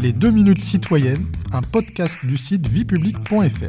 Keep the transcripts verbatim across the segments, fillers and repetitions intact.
Les deux minutes citoyennes, un podcast du site vie publique point f r.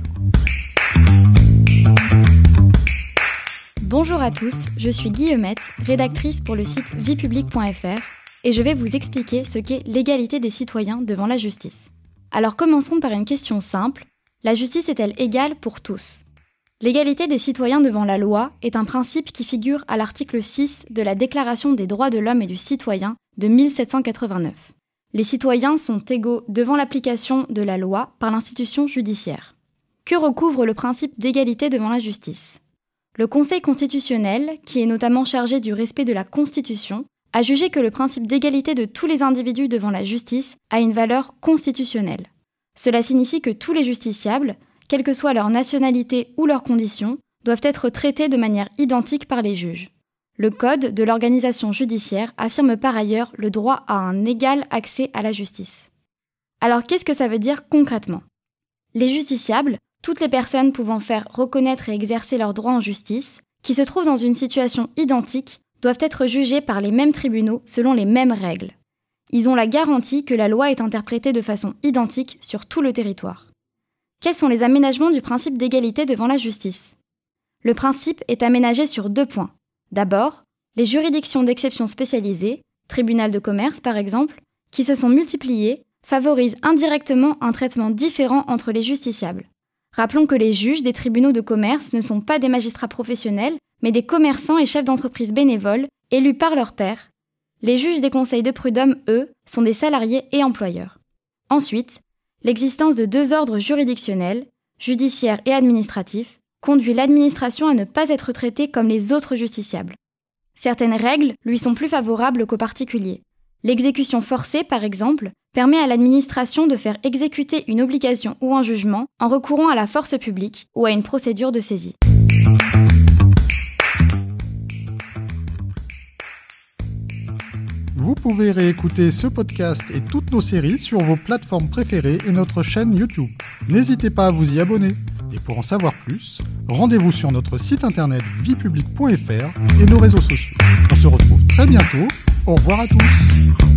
Bonjour à tous, je suis Guillemette, rédactrice pour le site vie publique point f r et je vais vous expliquer ce qu'est l'égalité des citoyens devant la justice. Alors commençons par une question simple, la justice est-elle égale pour tous ? L'égalité des citoyens devant la loi est un principe qui figure à l'article six de la Déclaration des droits de l'homme et du citoyen de mille sept cent quatre-vingt-neuf. Les citoyens sont égaux devant l'application de la loi par l'institution judiciaire. Que recouvre le principe d'égalité devant la justice ? Le Conseil constitutionnel, qui est notamment chargé du respect de la Constitution, a jugé que le principe d'égalité de tous les individus devant la justice a une valeur constitutionnelle. Cela signifie que tous les justiciables, quelle que soit leur nationalité ou leurs conditions, doivent être traités de manière identique par les juges. Le Code de l'organisation judiciaire affirme par ailleurs le droit à un égal accès à la justice. Alors qu'est-ce que ça veut dire concrètement ? Les justiciables, toutes les personnes pouvant faire reconnaître et exercer leurs droits en justice, qui se trouvent dans une situation identique, doivent être jugés par les mêmes tribunaux selon les mêmes règles. Ils ont la garantie que la loi est interprétée de façon identique sur tout le territoire. Quels sont les aménagements du principe d'égalité devant la justice ? Le principe est aménagé sur deux points. D'abord, les juridictions d'exception spécialisées, tribunal de commerce par exemple, qui se sont multipliées, favorisent indirectement un traitement différent entre les justiciables. Rappelons que les juges des tribunaux de commerce ne sont pas des magistrats professionnels, mais des commerçants et chefs d'entreprise bénévoles, élus par leurs pairs. Les juges des conseils de prud'hommes, eux, sont des salariés et employeurs. Ensuite, l'existence de deux ordres juridictionnels, judiciaires et administratifs, conduit l'administration à ne pas être traitée comme les autres justiciables. Certaines règles lui sont plus favorables qu'aux particuliers. L'exécution forcée, par exemple, permet à l'administration de faire exécuter une obligation ou un jugement en recourant à la force publique ou à une procédure de saisie. Vous pouvez réécouter ce podcast et toutes nos séries sur vos plateformes préférées et notre chaîne YouTube. N'hésitez pas à vous y abonner. Et pour en savoir plus, rendez-vous sur notre site internet vie publique point f r et nos réseaux sociaux. On se retrouve très bientôt. Au revoir à tous.